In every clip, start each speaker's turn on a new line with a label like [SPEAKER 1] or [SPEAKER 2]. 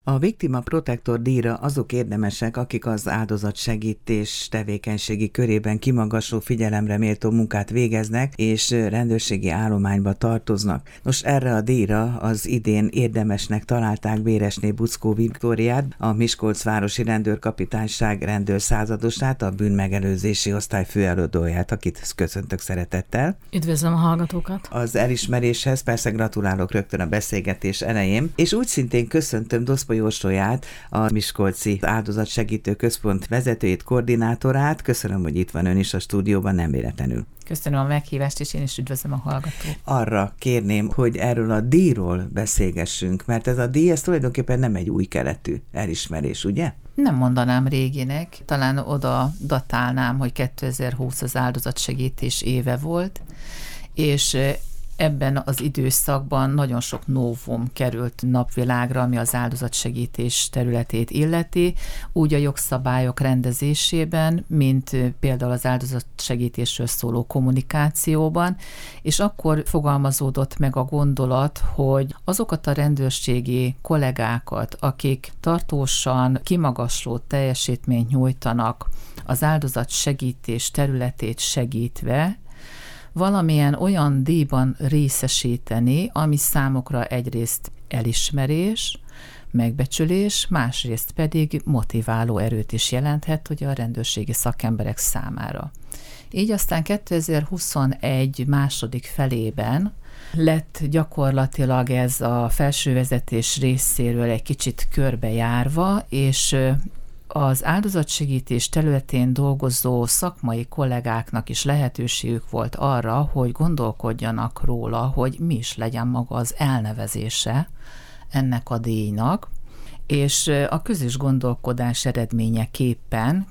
[SPEAKER 1] A Victima Protector díjra azok érdemesek, akik az áldozatsegítés tevékenységi körében kimagasló figyelemre méltó munkát végeznek, és rendőrségi állományba tartoznak. Nos, erre a díjra az idén érdemesnek találták Béresné Buczkó Viktóriát, a Miskolc városi rendőrkapitányság rendőrszázadosát, a bűnmegelőzési osztály főelődőjét, akit köszöntök szeretettel.
[SPEAKER 2] Üdvözlöm a hallgatókat!
[SPEAKER 1] Az elismeréshez persze gratulálok rögtön a beszélgetés elején, és úgy szintén köszöntöm Doszpoly Orsolyát, a Miskolci Áldozatsegítő Központ vezetőjét, koordinátorát. Köszönöm, hogy itt van ön is a stúdióban, nem véletlenül.
[SPEAKER 3] Köszönöm a meghívást, és én is üdvözlöm a hallgatót.
[SPEAKER 1] Arra kérném, hogy erről a díjról beszélgessünk, mert ez a díj, ez tulajdonképpen nem egy új keletű elismerés, ugye?
[SPEAKER 3] Nem mondanám réginek, talán oda datálnám, hogy 2020 az áldozatsegítés éve volt, és ebben az időszakban nagyon sok novum került napvilágra, ami az áldozatsegítés területét illeti, úgy a jogszabályok rendezésében, mint például az áldozatsegítésről szóló kommunikációban, és akkor fogalmazódott meg a gondolat, hogy azokat a rendőrségi kollégákat, akik tartósan kimagasló teljesítményt nyújtanak az áldozatsegítés területét segítve, valamilyen olyan díjban részesíteni, ami számukra egyrészt elismerés, megbecsülés, másrészt pedig motiváló erőt is jelenthet, hogy a rendőrségi szakemberek számára. Így aztán 2021 második felében lett gyakorlatilag ez a felsővezetés részéről egy kicsit körbejárva, és az áldozatsegítés területén dolgozó szakmai kollégáknak is lehetőségük volt arra, hogy gondolkodjanak róla, hogy mi is legyen maga az elnevezése ennek a díjnak, és a közös gondolkodás eredményeképpen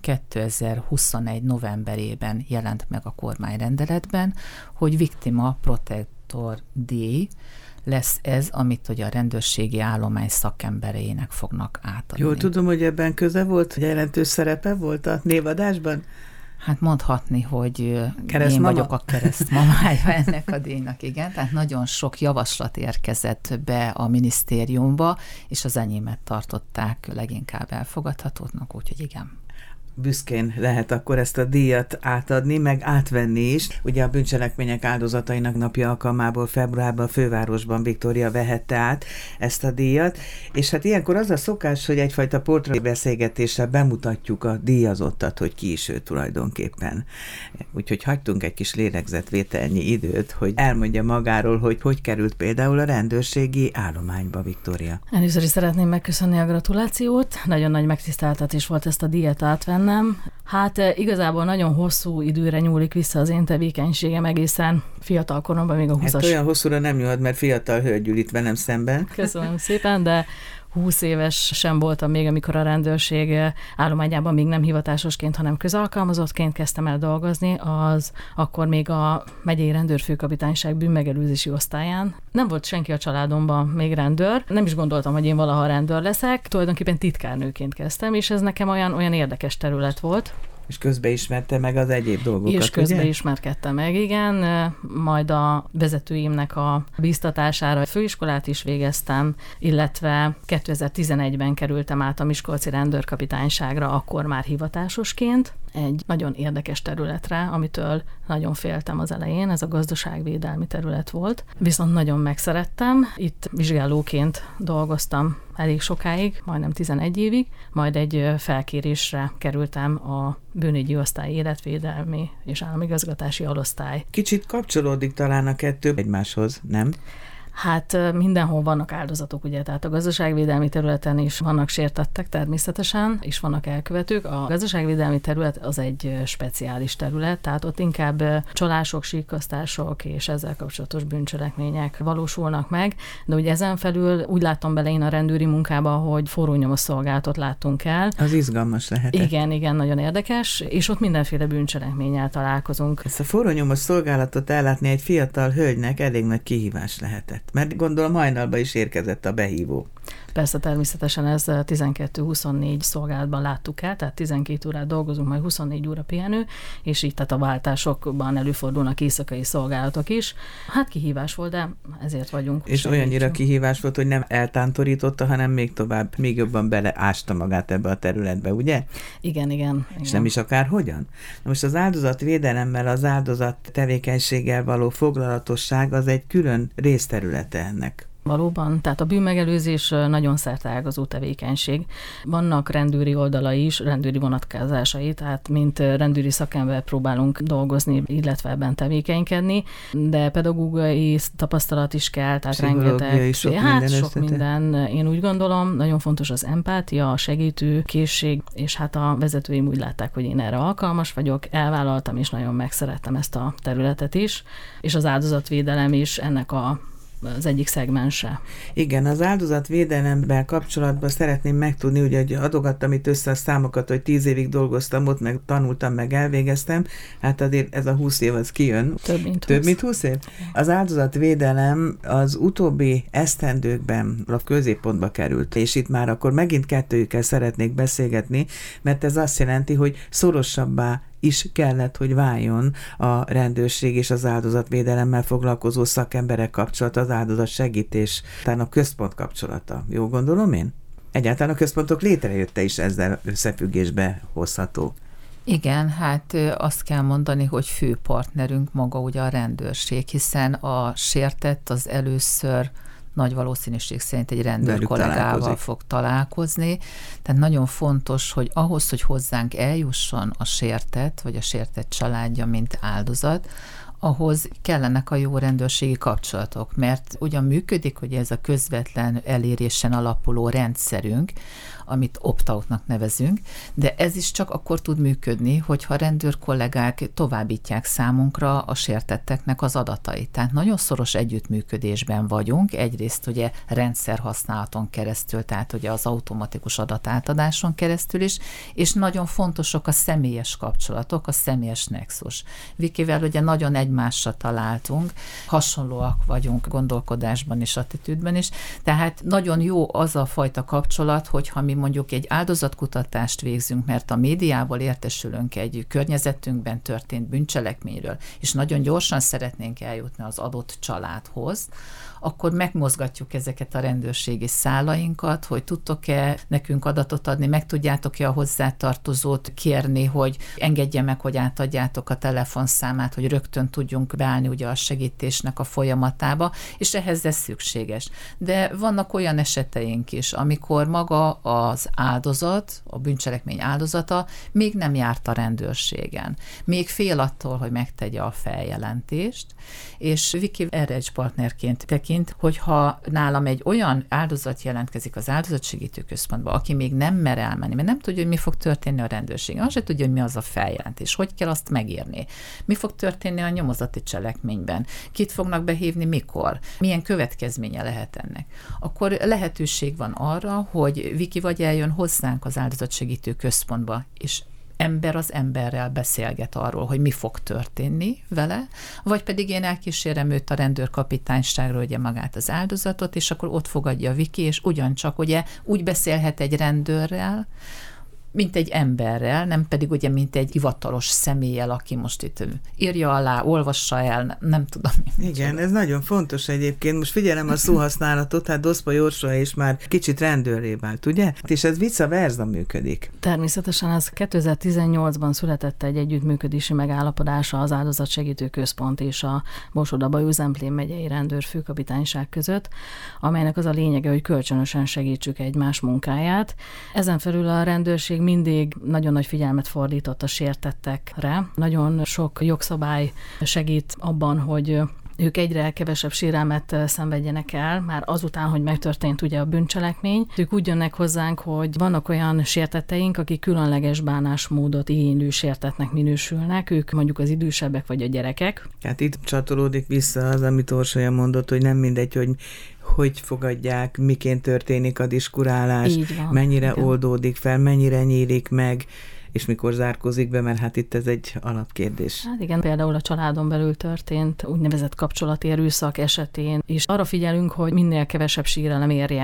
[SPEAKER 3] 2021 novemberében jelent meg a kormányrendeletben, hogy Victima Protector díj lesz ez, amit ugye a rendőrségi állomány szakembereinek fognak átadni.
[SPEAKER 1] Jól tudom, hogy ebben köze volt, hogy jelentős szerepe volt a névadásban?
[SPEAKER 3] Hát mondhatni, hogy én vagyok a keresztmamája ennek a díjnak, igen. Tehát nagyon sok javaslat érkezett be a minisztériumba, és az enyémet tartották leginkább elfogadhatónak, úgyhogy igen.
[SPEAKER 1] Büszkén lehet akkor ezt a díjat átadni, meg átvenni is. Ugye a bűncselekmények áldozatainak napja alkalmából februárban a fővárosban Viktória vehette át ezt a díjat, és hát ilyenkor az a szokás, hogy egyfajta portrébeszélgetéssel bemutatjuk a díjazottat, hogy ki is ő tulajdonképpen. Úgyhogy hagytunk egy kis lélegzetvételnyi időt, hogy elmondja magáról, hogy került például a rendőrségi állományba, Viktória.
[SPEAKER 2] Először is szeretném megköszönni a gratulációt. Nagyon nagy megtiszteltetés volt ezt a díjat átvenni. Hát igazából nagyon hosszú időre nyúlik vissza az én tevékenységem, egészen fiatal koromban, még a 20-as.
[SPEAKER 1] Hát olyan hosszúra nem nyúlhat, mert fiatal hölgy ül itt velem szemben.
[SPEAKER 2] Köszönöm szépen, de 20 éves sem voltam még, amikor a rendőrség állományában még nem hivatásosként, hanem közalkalmazottként kezdtem el dolgozni, az akkor még a megyei rendőrfőkapitányság bűnmegelőzési osztályán. Nem volt senki a családomban még rendőr, nem is gondoltam, hogy én valaha rendőr leszek, tulajdonképpen titkárnőként kezdtem, és ez nekem olyan érdekes terület volt.
[SPEAKER 1] És közbeismerte meg az egyéb dolgokat,
[SPEAKER 2] és közbeismerkedtem meg, igen. Majd a vezetőimnek a bíztatására főiskolát is végeztem, illetve 2011-ben kerültem át a Miskolci rendőrkapitányságra, akkor már hivatásosként, egy nagyon érdekes területre, amitől nagyon féltem az elején, ez a gazdaságvédelmi terület volt. Viszont nagyon megszerettem, itt vizsgálóként dolgoztam elég sokáig, majdnem 11 évig, majd egy felkérésre kerültem a bűnügyi osztály, életvédelmi és államigazgatási alosztály.
[SPEAKER 1] Kicsit kapcsolódik talán a kettő egymáshoz, nem?
[SPEAKER 2] Hát mindenhol vannak áldozatok, ugye, tehát a gazdaságvédelmi területen is vannak sértettek természetesen, és vannak elkövetők. A gazdaságvédelmi terület az egy speciális terület, tehát ott inkább csalások, síkasztások és ezzel kapcsolatos bűncselekmények valósulnak meg, de ugye ezen felül úgy láttam bele én a rendőri munkába, hogy forrónyomos szolgálatot láttunk el.
[SPEAKER 1] Az izgalmas lehetett.
[SPEAKER 2] Igen, nagyon érdekes, és ott mindenféle bűncselekménnyel találkozunk.
[SPEAKER 1] Ezt a forrónyomos szolgálatot ellátni egy fiatal hölgynek elég nagy kihívás lehetett. Mert gondolom hajnalba is érkezett a behívó.
[SPEAKER 2] Persze, természetesen ez 12-24 szolgálatban láttuk el, tehát 12 órát dolgozunk, majd 24 óra pihenő, és így tehát a váltásokban előfordulnak éjszakai szolgálatok is. Hát kihívás volt, de ezért vagyunk.
[SPEAKER 1] És olyannyira kihívás volt, hogy nem eltántorította, hanem még tovább, még jobban beleásta magát ebbe a területbe, ugye?
[SPEAKER 2] Igen.
[SPEAKER 1] És nem is akárhogyan? Most az áldozatvédelemmel, az áldozat tevékenységgel való foglalatosság az egy külön részterülete ennek.
[SPEAKER 2] Valóban, tehát a bűnmegelőzés nagyon szerteágazó tevékenység. Vannak rendőri oldalai is, rendőri vonatkozásai, tehát mint rendőri szakember próbálunk dolgozni, illetve ebben tevékenykedni, de pedagógiai tapasztalat is kell, tehát rengeteg. Sok minden. Én úgy gondolom, nagyon fontos az empátia, a segítő készség, és hát a vezetőim úgy látták, hogy én erre alkalmas vagyok, elvállaltam, és nagyon megszerettem ezt a területet is, és az áldozatvédelem is ennek az egyik szegmense.
[SPEAKER 1] Igen, az áldozatvédelemmel kapcsolatban szeretném megtudni, ugye, hogy adogattam itt össze a számokat, hogy 10 évig dolgoztam ott, meg tanultam, meg elvégeztem, hát azért ez a 20 év az kijön.
[SPEAKER 2] Több mint
[SPEAKER 1] 20 év? Az áldozatvédelem az utóbbi esztendőkben a középpontba került, és itt már akkor megint kettőjükkel szeretnék beszélgetni, mert ez azt jelenti, hogy szorosabbá is kellett, hogy váljon a rendőrség és az áldozatvédelemmel foglalkozó szakemberek kapcsolata, az áldozat segítés, talán a központ kapcsolata. Jó gondolom én? Egyáltalán a központok létrejötte is ezzel összefüggésbe hozható.
[SPEAKER 3] Igen, hát azt kell mondani, hogy fő partnerünk maga ugye a rendőrség, hiszen a sértett az először nagy valószínűség szerint egy rendőr kollégával fog találkozni. Tehát nagyon fontos, hogy ahhoz, hogy hozzánk eljusson a sértett, vagy a sértett családja, mint áldozat, ahhoz kellenek a jó rendőrségi kapcsolatok, mert ugyan működik, hogy ez a közvetlen elérésen alapuló rendszerünk, amit opt-outnak nevezünk, de ez is csak akkor tud működni, hogyha a rendőr kollégák továbbítják számunkra a sértetteknek az adatait. Tehát nagyon szoros együttműködésben vagyunk, egyrészt ugye rendszerhasználaton keresztül, tehát ugye az automatikus adatátadáson keresztül is, és nagyon fontosak a személyes kapcsolatok, a személyes nexus. Vikivel ugye nagyon egymásra találtunk, hasonlóak vagyunk gondolkodásban és attitűdben is, tehát nagyon jó az a fajta kapcsolat, hogyha mi mondjuk egy áldozatkutatást végzünk, mert a médiából értesülünk egy környezetünkben történt bűncselekményről, és nagyon gyorsan szeretnénk eljutni az adott családhoz, akkor megmozgatjuk ezeket a rendőrségi szálainkat, hogy tudtok-e nekünk adatot adni, meg tudjátok-e a hozzátartozót kérni, hogy engedje meg, hogy átadjátok a telefonszámát, hogy rögtön tudjunk beállni ugye a segítésnek a folyamatába, és ehhez ez szükséges. De vannak olyan eseteink is, amikor maga az áldozat, a bűncselekmény áldozata még nem járt a rendőrségen. Még fél attól, hogy megtegye a feljelentést, és Viki erre egy partnerként tekint, hogyha nálam egy olyan áldozat jelentkezik az áldozatsegítő központba, aki még nem mer elmenni, mert nem tudja, hogy mi fog történni a rendőrségen, azt se tudja, hogy mi az a feljelentés, hogy kell azt megírni, mi fog történni a nyomozati cselekményben, kit fognak behívni, mikor, milyen következménye lehet ennek. Akkor lehetőség van arra, hogy Viki vagy eljön hozzánk az áldozatsegítő központba, és ember az emberrel beszélget arról, hogy mi fog történni vele, vagy pedig én elkísérem őt a rendőrkapitányságra, ugye magát az áldozatot, és akkor ott fogadja Viki, és ugyancsak ugye úgy beszélhet egy rendőrrel, mint egy emberrel, nem pedig ugye mint egy hivatalos személlyel, aki most itt írja alá, olvassa el, nem tudom.
[SPEAKER 1] Igen, ez nagyon fontos egyébként. Most figyelem a szóhasználatot, hát Doszpa Józsua is már kicsit rendőrré vált, ugye? És ez vice versa működik.
[SPEAKER 2] Természetesen ez 2018-ban született egy együttműködési megállapodása az Áldozatsegítő Központ és a Borsod-Abaúj-Zemplén megyei rendőrfőkapitányság között, amelynek az a lényege, hogy kölcsönösen segítsük egymás munkáját. Ezen felül a rendőrség mindig nagyon nagy figyelmet fordított a sértettekre. Nagyon sok jogszabály segít abban, hogy ők egyre kevesebb sérelmet szenvedjenek el, már azután, hogy megtörtént ugye a bűncselekmény. Ők úgy jönnek hozzánk, hogy vannak olyan sértetteink, akik különleges bánásmódot igénylő sértettnek minősülnek, ők mondjuk az idősebbek vagy a gyerekek.
[SPEAKER 1] Hát itt csatolódik vissza az, amit Orsolya mondott, hogy nem mindegy, hogy fogadják, miként történik a diskurálás, mennyire igen. Oldódik fel, mennyire nyílik meg, és mikor zárkózik be, mert hát itt ez egy alapkérdés.
[SPEAKER 2] Hát igen, például a családon belül történt úgynevezett kapcsolati erőszak esetén, és arra figyelünk, hogy minél kevesebb sérelem érje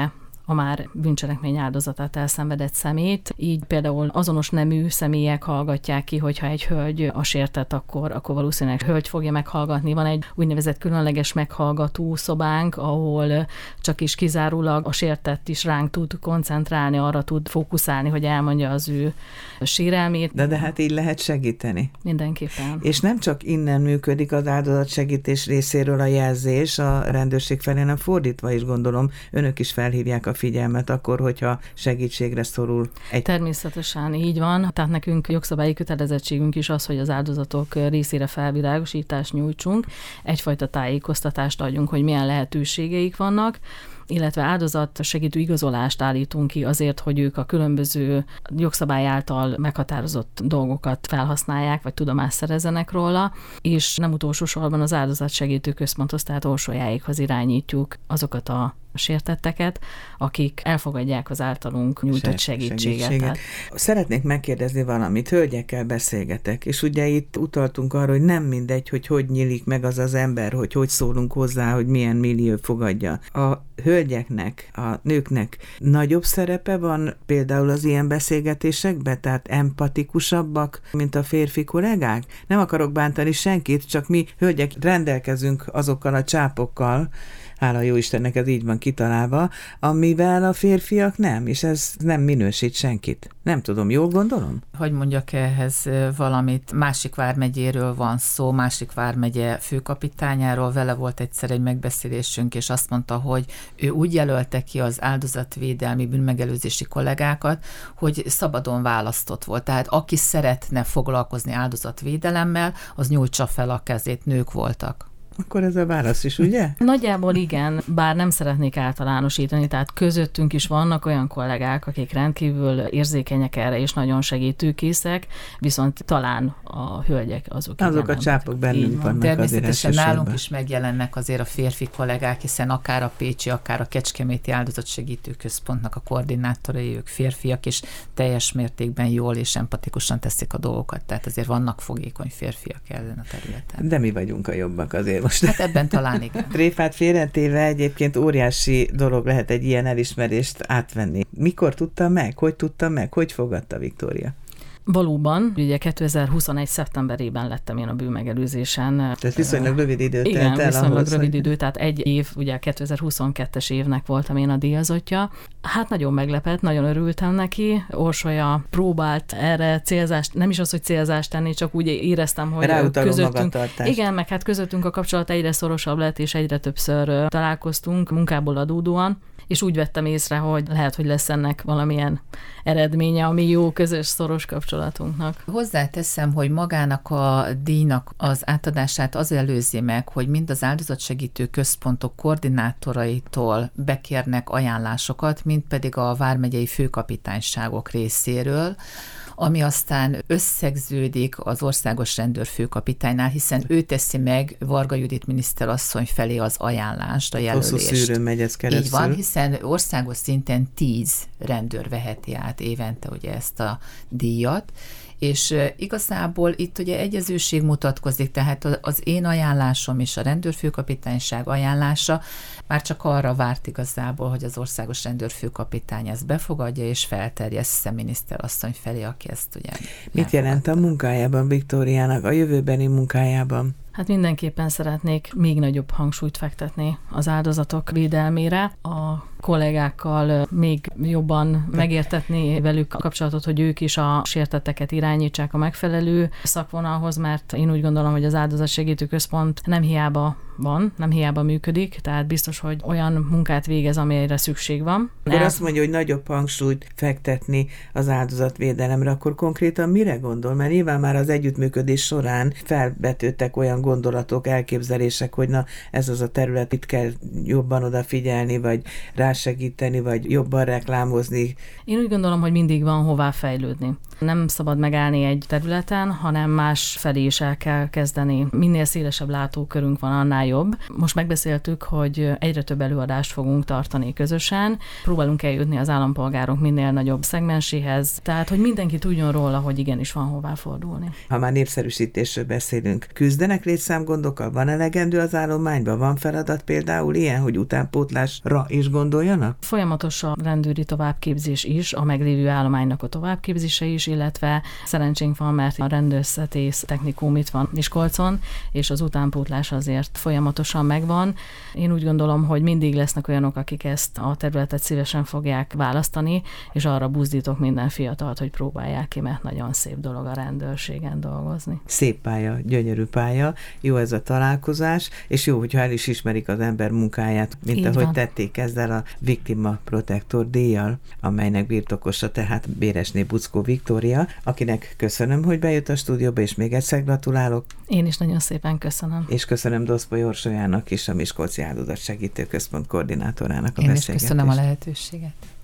[SPEAKER 2] a már bűncselekmény áldozatát elszenvedett szemét. Így például azonos nemű személyek hallgatják ki, hogyha egy hölgy a sértett, akkor valószínűleg hölgy fogja meghallgatni. Van egy úgynevezett különleges meghallgató szobánk, ahol csak is kizárólag a sértett is ránk tud koncentrálni, arra tud fókuszálni, hogy elmondja az ő sérelmét.
[SPEAKER 1] De hát így lehet segíteni.
[SPEAKER 2] Mindenképpen.
[SPEAKER 1] És nem csak innen működik az áldozatsegítés részéről a jelzés a rendőrség felé, hanem fordítva is gondolom, önök is felhívják a figyelmet akkor, hogyha segítségre szorul.
[SPEAKER 2] Természetesen így van, tehát nekünk jogszabályi kötelezettségünk is az, hogy az áldozatok részére felvilágosítást nyújtsunk, egyfajta tájékoztatást adjunk, hogy milyen lehetőségeik vannak, illetve áldozatsegítő igazolást állítunk ki azért, hogy ők a különböző jogszabály által meghatározott dolgokat felhasználják, vagy tudomást szerezzenek róla, és nem utolsó sorban az áldozatsegítő központhoz, tehát Orsolyáikhoz irányítjuk azokat a sértetteket, akik elfogadják az általunk nyújtott segítséget.
[SPEAKER 1] Szeretnék megkérdezni valamit, hölgyekkel beszélgetek, és ugye itt utaltunk arra, hogy nem mindegy, hogy nyílik meg az ember, hogy szólunk hozzá, hogy milyen millió fogadja. A hölgyeknek, a nőknek nagyobb szerepe van például az ilyen beszélgetésekben, tehát empatikusabbak, mint a férfi kollégák? Nem akarok bántani senkit, csak mi hölgyek rendelkezünk azokkal a csápokkal, hála jó Istennek, ez így van kitalálva, amivel a férfiak nem, és ez nem minősít senkit. Nem tudom, jól gondolom?
[SPEAKER 3] Hogy mondjak ehhez valamit? Másik vármegyéről van szó, Másik vármegye főkapitányáról, vele volt egyszer egy megbeszélésünk, és azt mondta, hogy ő úgy jelölte ki az áldozatvédelmi bűnmegelőzési kollégákat, hogy szabadon választott volt. Tehát aki szeretne foglalkozni áldozatvédelemmel, az nyújtsa fel a kezét, nők voltak.
[SPEAKER 1] Akkor ez a válasz is, ugye?
[SPEAKER 2] Nagyjából igen, bár nem szeretnék általánosítani, tehát közöttünk is vannak olyan kollégák, akik rendkívül érzékenyek erre, és nagyon segítőkészek, viszont talán a hölgyek azok
[SPEAKER 1] a csápok bennünk vannak.
[SPEAKER 3] Természetesen nálunk is megjelennek azért a férfi kollégák, hiszen akár a pécsi, akár a kecskeméti áldozatsegítő központnak a koordinátorai, ők férfiak, és teljes mértékben jól és empatikusan teszik a dolgokat, tehát azért vannak fogékony férfiak ezen a területen.
[SPEAKER 1] De mi vagyunk a jobbak azért most.
[SPEAKER 3] Hát ebben talán igen.
[SPEAKER 1] Tréfát félretéve egyébként óriási dolog lehet egy ilyen elismerést átvenni. Mikor tudta meg? Hogy tudta meg? Hogy fogadta Viktória?
[SPEAKER 2] Valóban, ugye 2021. szeptemberében lettem én a bűnmegelőzésen.
[SPEAKER 1] Tehát viszonylag rövid idő telt el.
[SPEAKER 2] Igen, viszonylag rövid idő, tehát egy év, ugye 2022-es évnek voltam én a díjazottja. Hát nagyon meglepett, nagyon örültem neki. Orsolya próbált erre célzást, nem is az, hogy célzást tenni, csak úgy éreztem, hogy közöttünk. Igen, meg hát közöttünk a kapcsolat egyre szorosabb lett, és egyre többször találkoztunk munkából adódóan, és úgy vettem észre, hogy lehet, hogy lesz ennek valamilyen eredménye a mi jó közös szoros kapcsolatunknak.
[SPEAKER 3] Hozzáteszem, hogy magának a díjnak az átadását az előzi meg, hogy mind az áldozatsegítő központok koordinátoraitól bekérnek ajánlásokat, mind pedig a vármegyei főkapitányságok részéről, ami aztán összegződik az országos rendőrfőkapitánynál, hiszen ő teszi meg Varga Judit miniszterasszony felé az ajánlást, a jelölést.
[SPEAKER 1] Hosszú szűrőn megy ez keresztül.
[SPEAKER 3] Így van, hiszen országos szinten 10 rendőr veheti át évente ugye ezt a díjat, és igazából itt ugye egyezőség mutatkozik, tehát az én ajánlásom és a rendőrfőkapitányság ajánlása már csak arra várt igazából, hogy az országos rendőrfőkapitány ezt befogadja és felterjessze miniszterasszony felé, aki ezt ugye
[SPEAKER 1] Mit jelent a munkájában Viktóriának, a jövőbeni munkájában?
[SPEAKER 2] Hát mindenképpen szeretnék még nagyobb hangsúlyt fektetni az áldozatok védelmére, a kollégákkal még jobban megértetni velük a kapcsolatot, hogy ők is a sértetteket irányítsák a megfelelő szakvonalhoz, mert én úgy gondolom, hogy az áldozatsegítő központ nem hiába van, nem hiába működik, tehát biztos, hogy olyan munkát végez, amelyre szükség van.
[SPEAKER 1] Akkor azt mondja, hogy nagyobb hangsúlyt fektetni az áldozatvédelemre, akkor konkrétan mire gondol? Mert nyilván már az együttműködés során felvetődtek olyan gondolatok, elképzelések, hogy na ez az a terület, itt kell jobban odafigyelni, vagy rásegíteni, vagy jobban reklámozni.
[SPEAKER 2] Én úgy gondolom, hogy mindig van hová fejlődni. Nem szabad megállni egy területen, hanem más felé is el kell kezdeni. Minél szélesebb látókörünk van, annál jobb. Most megbeszéltük, hogy egyre több előadást fogunk tartani közösen. Próbálunk eljutni az állampolgárok minél nagyobb szegmenséhez, tehát hogy mindenki tudjon róla, hogy igenis van hová fordulni.
[SPEAKER 1] Ha már népszerűsítésről beszélünk, küzdenek létszámgondokkal? Van elegendő az állományban? Van feladat például ilyen, hogy utánpótlásra is gondoljanak?
[SPEAKER 2] Folyamatos a rendőri továbbképzés is, a meglévő állománynak a továbbképzése is, illetve szerencsénk van, mert a rendőrszetész technikum itt van Miskolcon, és az utánpótlás azért folyamatosan megvan. Én úgy gondolom, hogy mindig lesznek olyanok, akik ezt a területet szívesen fogják választani, és arra buzdítok minden fiatalt, hogy próbálják ki, mert nagyon szép dolog a rendőrségen dolgozni.
[SPEAKER 1] Szép pálya, gyönyörű pálya, jó ez a találkozás, és jó, hogyha el is ismerik az ember munkáját, mint
[SPEAKER 2] így
[SPEAKER 1] ahogy
[SPEAKER 2] van.
[SPEAKER 1] tették ezzel a Victima Protector díjjal, amelynek birtokosa tehát Béresné Buczkó Viktória, akinek köszönöm, hogy bejött a stúdióba, és még egyszer gratulálok.
[SPEAKER 2] Én is nagyon szépen köszönöm.
[SPEAKER 1] És köszönöm Doszpoly Orsolyának is, a Miskolci Áldozatsegítő Központ koordinátorának a
[SPEAKER 3] Én
[SPEAKER 1] beszélgetést.
[SPEAKER 3] is köszönöm a lehetőséget.